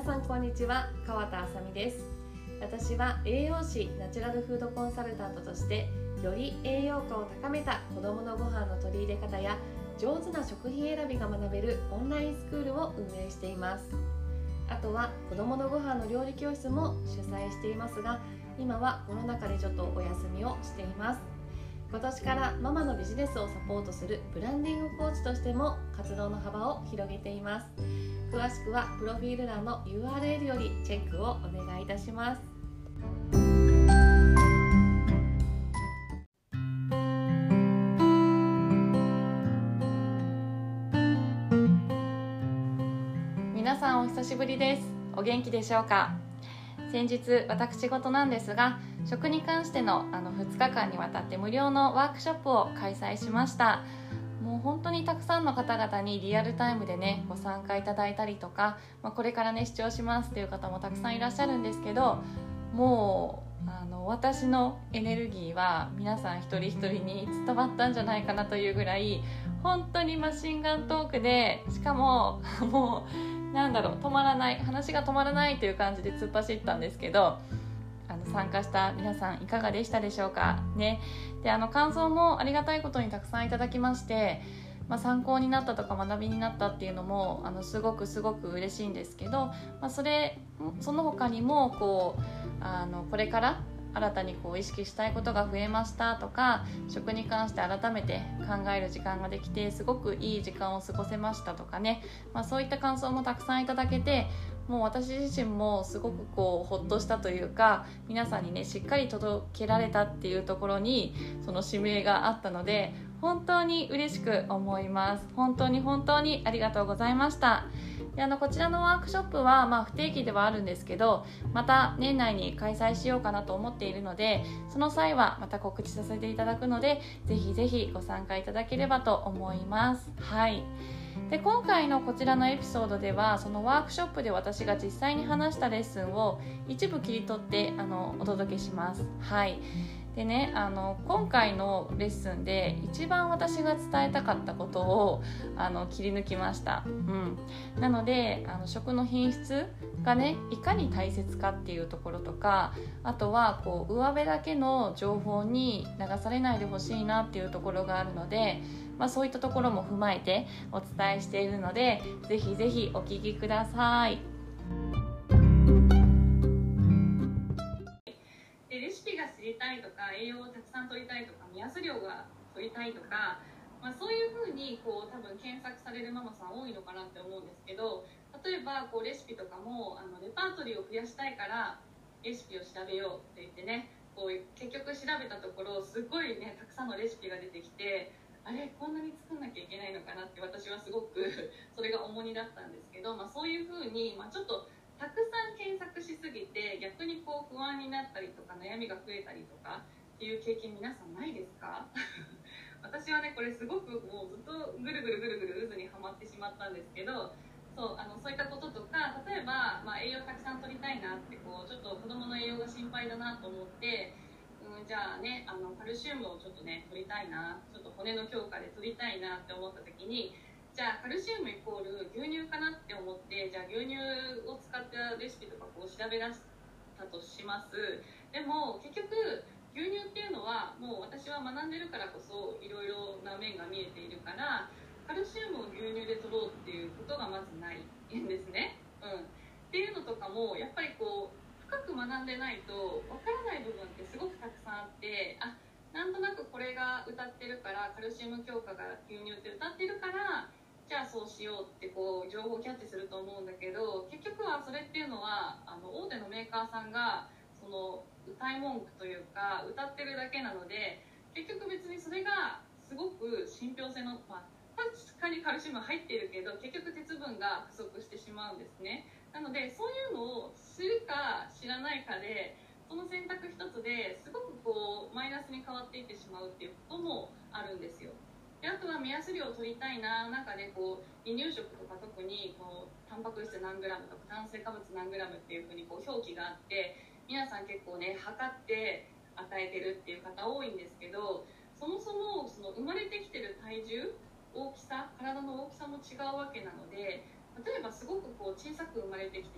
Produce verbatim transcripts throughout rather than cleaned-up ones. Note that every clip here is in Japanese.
さんこんにちは、川田あさみです。私は栄養士ナチュラルフードコンサルタントとして、より栄養価を高めた子どものご飯の取り入れ方や上手な食品選びが学べるオンラインスクールを運営しています。あとは子どものご飯の料理教室も主催していますが、今はコロナ禍でちょっとお休みをしています。今年からママのビジネスをサポートするブランディングコーチとしても活動の幅を広げています。詳しくはプロフィール欄の ユーアールエル よりチェックをお願いいたします。皆さんお久しぶりです。お元気でしょうか。先日私事なんですが、食に関してのあのふつかかんにわたって無料のワークショップを開催しました。もう本当にたくさんの方々にリアルタイムでねご参加いただいたりとか、まあ、これからね視聴しますっていう方もたくさんいらっしゃるんですけど、もうあの私のエネルギーは皆さん一人一人に伝わったんじゃないかなというぐらい、本当にマシンガントークで、しかももうなんだろう止まらない話が止まらないという感じで突っ走ったんですけど、あの参加した皆さんいかがでしたでしょうかね。であの感想もありがたいことにたくさんいただきまして、まあ、参考になったとか学びになったっていうのもあのすごくすごく嬉しいんですけど、まあ、それその他にもこうあのこれから新たにこう意識したいことが増えましたとか、食に関して改めて考える時間ができてすごくいい時間を過ごせましたとかね、まあ、そういった感想もたくさんいただけて、もう私自身もすごくこうほっとしたというか、皆さんにねしっかり届けられたっていうところにその使命があったので、本当に嬉しく思います。本当に本当にありがとうございました。であのこちらのワークショップは、まあ、不定期ではあるんですけど、また年内に開催しようかなと思っているので、その際はまた告知させていただくので、ぜひぜひご参加いただければと思います。はい。で今回のこちらのエピソードでは、そのワークショップで私が実際に話したレッスンを一部切り取ってあのお届けします。はい。でね、あの今回のレッスンで一番私が伝えたかったことをあの切り抜きました。うん、なのであの食の品質がねいかに大切かっていうところとか、あとはこう上辺だけの情報に流されないでほしいなっていうところがあるので、まあ、そういったところも踏まえてお伝えしているので、ぜひぜひお聞きください。でレシピが知りたいとか、栄養をたくさん取りたいとか、目安量が取りたいとか、まあ、そういうふうにこう多分検索されるママさん多いのかなって思うんですけど、例えばこうレシピとかもあのレパートリーを増やしたいからレシピを調べようって言ってね、こう結局調べたところすごいねたくさんのレシピが出てきて、あれこんなに作んなきゃいけないのかなって私はすごくそれが重荷だったんですけど、まあ、そういうふうに、まあ、ちょっとたくさん検索しすぎて逆にこう不安になったりとか悩みが増えたりとかっていう経験皆さんないですか？私はねこれすごくもうずっとぐるぐるぐるぐる渦にはまってしまったんですけど、そうあのそういったこととか、例えば、まあ、栄養たくさん取りたいなってこうちょっと子どもの栄養が心配だなと思って、うん、じゃあねあのカルシウムをちょっとね取りたいな、ちょっと骨の強化で取りたいなって思った時に、じゃあカルシウムイコール牛乳かなって思って、じゃあ牛乳を使ったレシピとかこう調べ出したとします。でも結局牛乳っていうのはもう私は学んでるからこそいろいろな面が見えているから、カルシウムを牛乳で取ろうっていうことがまずないんですね。うん、っていうのとかもやっぱりこう深く学んでないとわからない部分ってすごくたくさんあって、あなんとなくこれが歌ってるからカルシウム強化が牛乳って歌ってるから、じゃあそうしようってこう情報をキャッチすると思うんだけど、結局はそれっていうのはあの大手のメーカーさんがその歌い文句というか歌ってるだけなので、結局別にそれがすごく信憑性の、まあ、確かにカルシウム入ってるけど結局鉄分が不足してしまうんですね。なのでそういうのを知るか知らないかで、その選択一つですごくこうマイナスに変わっていってしまうっていうこともあるんですよ。であとは目安量を取りたいな、中でこう離乳食とか特にこうタンパク質何グラムとか炭水化物何グラムっていうふうにこう表記があって、皆さん結構ね測って与えてるっていう方多いんですけど、そもそもその生まれてきてる体重大きさ、体の大きさも違うわけなので、例えばすごくこう小さく生まれてきて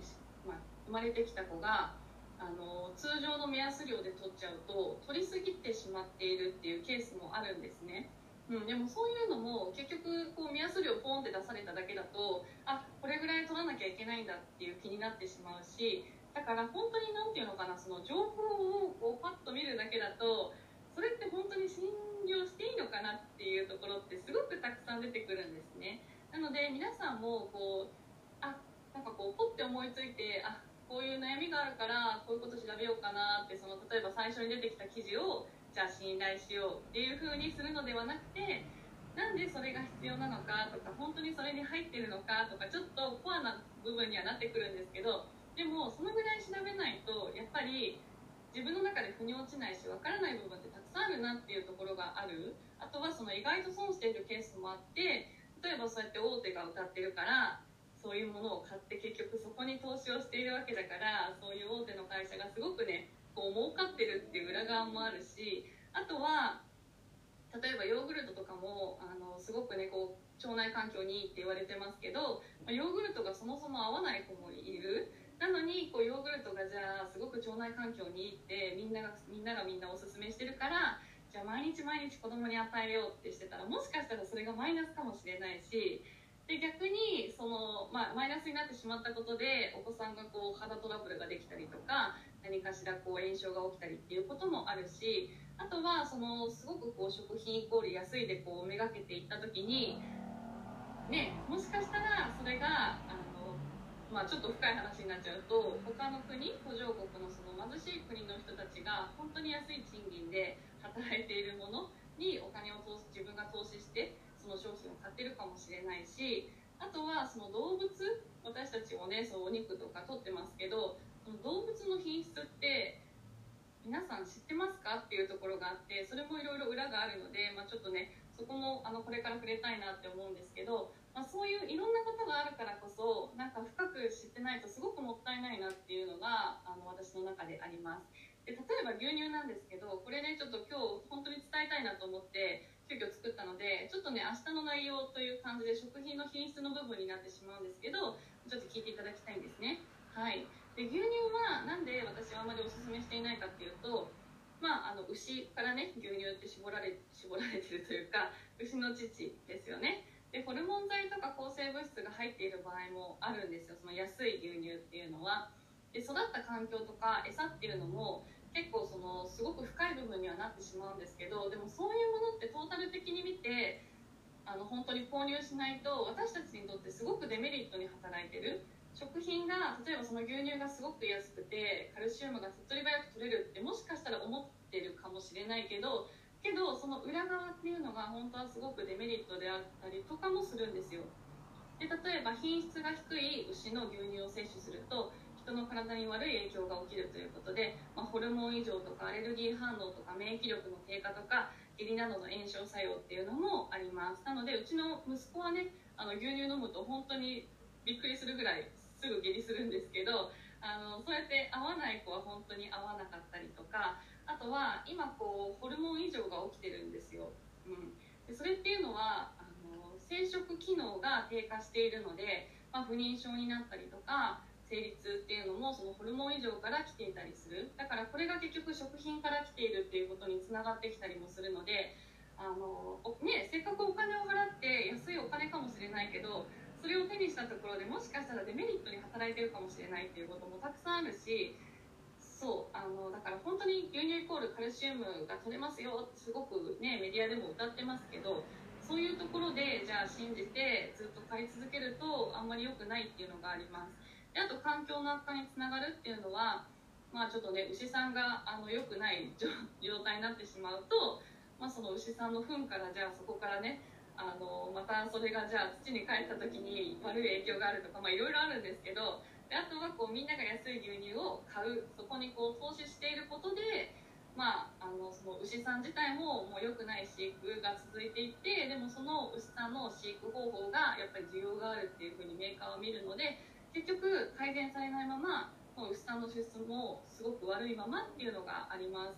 まあ、生まれてきた子があの通常の目安量で取っちゃうと取りすぎてしまっているっていうケースもあるんですね。うん、でもそういうのも結局こう目安量ポンって出されただけだと、あ、これぐらい取らなきゃいけないんだっていう気になってしまうし、だから本当に何ていうのかな、その情報をこうパッと見るだけだと、それって本当に信用していいのかなっていうところってすごくたくさん出てくるんですね。なので皆さんもこう、あ、なんかこうポッて思いついて、あ、こういう悩みがあるからこういうこと調べようかなって、その例えば最初に出てきた記事をじゃあ信頼しようっていう風にするのではなくて、なんでそれが必要なのかとか、本当にそれに入ってるのかとか、ちょっとコアな部分にはなってくるんですけど、でもそのぐらい調べないとやっぱり自分の中で腑に落ちないし、わからない部分ってたくさんあるなっていうところがある。あとはその意外と損しているケースもあって、例えばそうやって大手が歌ってるからそういうものを買って結局そこに投資をしているわけだから、そういう大手の会社がすごくねこう儲かってるっていう裏側もあるし、あとは例えばヨーグルトとかもあのすごくねこう腸内環境にいいって言われてますけど、ヨーグルトがそもそも合わない子もいる。なのにこうヨーグルトがじゃあすごく腸内環境にいいってみんながみんながみんなおすすめしてるから、じゃあ毎日毎日子供に与えようってしてたら、もしかしたらそれがマイナスかもしれないし、で逆にその、まあ、マイナスになってしまったことでお子さんがこう肌トラブルができたりとか、何かしらこう炎症が起きたりっていうこともあるし、あとはそのすごくこう食品イコール安いでこうめがけていった時にね、もしかしたらそれがあの、まあ、ちょっと深い話になっちゃうと、他の国途上国のその貧しい国の人たちが本当に安い賃金で働いているものにお金を投資自分が投資してその商品を買ってるかもしれないし、あとはその動物、私たちもねそうお肉とか取ってますけど、その動物の品質って皆さん知ってますかっていうところがあって、それもいろいろ裏があるので、まあ、ちょっとねそこもあのこれから触れたいなって思うんですけど、まあ、そういういろんなことがあるからこそなんか深く知ってないとすごくもったいないなっていうのがあの私の中であります。で例えば牛乳なんですけど、これねちょっと今日本当に伝えたいなと思って急遽作ったので、ちょっとね明日の内容という感じで食品の品質の部分になってしまうんですけど、ちょっと聞いていただきたいんですね。はい。で牛乳はなんで私はあまりおすすめしていないかっていうと、まあ、あの牛からね牛乳って絞られ絞られてるというか、牛の乳ですよね。でホルモン剤とか抗生物質が入っている場合もあるんですよ、その安い牛乳っていうのは。で育った環境とか餌っていうのも結構そのすごく深い部分にはなってしまうんですけど、でもそういうものってトータル的に見てあの本当に購入しないと私たちにとってすごくデメリットに働いてる。食品が例えばその牛乳がすごく安くてカルシウムが手っ取り早く取れるってもしかしたら思ってるかもしれないけど、けどその裏側っていうのが本当はすごくデメリットであったりとかもするんですよ。で例えば品質が低い牛の牛乳を摂取すると人の体に悪い影響が起きるということで、まあ、ホルモン異常とかアレルギー反応とか免疫力の低下とか下痢などの炎症作用っていうのもあります。なのでうちの息子はねあの牛乳飲むと本当にびっくりするぐらいすぐ下痢するんですけど、あのそうやって合わない子は本当に合わなかったりとか、あとは今こうホルモン異常が起きてるんですよ。うん、でそれっていうのはあの生殖機能が低下しているので、まあ、不妊症になったりとか生理痛っていうのもそのホルモン異常から来ていたりする。だからこれが結局食品から来ているっていうことにつながってきたりもするので、あの、ね、せっかくお金を払って安いお金かもしれないけど、それを手にしたところでもしかしたらデメリットに働いてるかもしれないっていうこともたくさんあるし、そうあのだから本当に牛乳イコールカルシウムが取れますよってすごくねメディアでも歌ってますけど、そういうところでじゃあ信じてずっと買い続けるとあんまり良くないっていうのがあります。であと環境の悪化につながるっていうのは、まあちょっとね牛さんがあの良くない状態になってしまうと、まあ、その牛さんの糞からじゃあそこからねあのまたそれがじゃあ土に帰った時に悪い影響があるとか、まあいろいろあるんですけど、であとはこうみんなが安い牛乳を買う、そこにこう投資していることで、まあ、あのその牛さん自体ももう良くない飼育が続いていって、でもその牛さんの飼育方法がやっぱり需要があるっていうふうにメーカーは見るので、結局改善されないままもう牛さんの質もすごく悪いままっていうのがあります。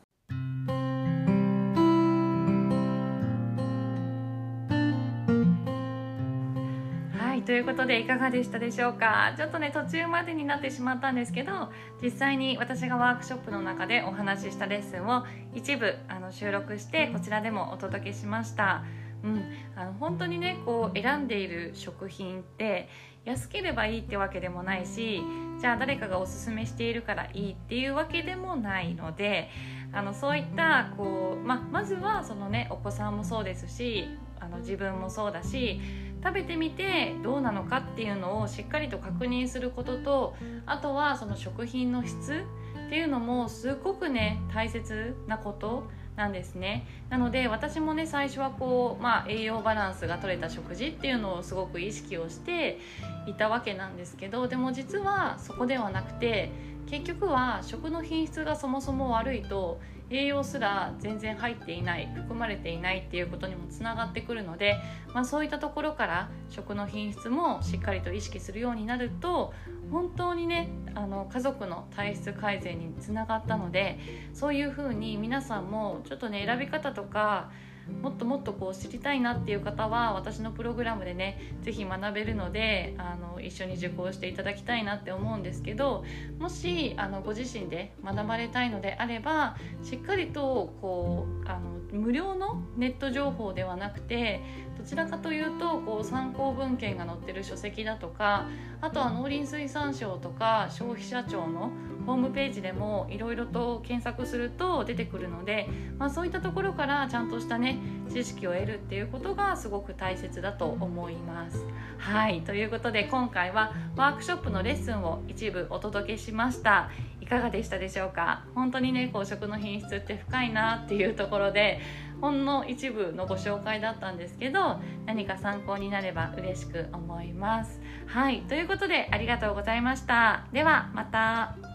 ということでいかがでしたでしょうか。ちょっとね途中までになってしまったんですけど、実際に私がワークショップの中でお話ししたレッスンを一部あの収録してこちらでもお届けしました。うん、あの本当にねこう選んでいる食品って安ければいいってわけでもないし、じゃあ誰かがおすすめしているからいいっていうわけでもないので、あのそういったこう、ま、まずはそのねお子さんもそうですし、あの自分もそうだし、食べてみてどうなのかっていうのをしっかりと確認することと、あとはその食品の質っていうのもすごくね大切なことなんですね。なので私もね最初はこう、まあ、栄養バランスが取れた食事っていうのをすごく意識をしていたわけなんですけど、でも実はそこではなくて、結局は食の品質がそもそも悪いと栄養すら全然入っていない、含まれていないっていうことにもつながってくるので、まあ、そういったところから食の品質もしっかりと意識するようになると、本当にねあの家族の体質改善につながったので、そういう風に皆さんもちょっとね選び方とかもっともっとこう知りたいなっていう方は私のプログラムでねぜひ学べるので、あの一緒に受講していただきたいなって思うんですけど、もしあのご自身で学ばれたいのであれば、しっかりとこうあの無料のネット情報ではなくて、どちらかというとこう参考文献が載ってる書籍だとか、あとは農林水産省とか消費者庁のホームページでもいろいろと検索すると出てくるので、まあ、そういったところからちゃんとしたね知識を得るっていうことがすごく大切だと思います。はい、ということで今回はワークショップのレッスンを一部お届けしました。いかがでしたでしょうか。本当にねこう食の品質って深いなっていうところで、ほんの一部のご紹介だったんですけど、何か参考になれば嬉しく思います。はい、ということでありがとうございました。ではまた。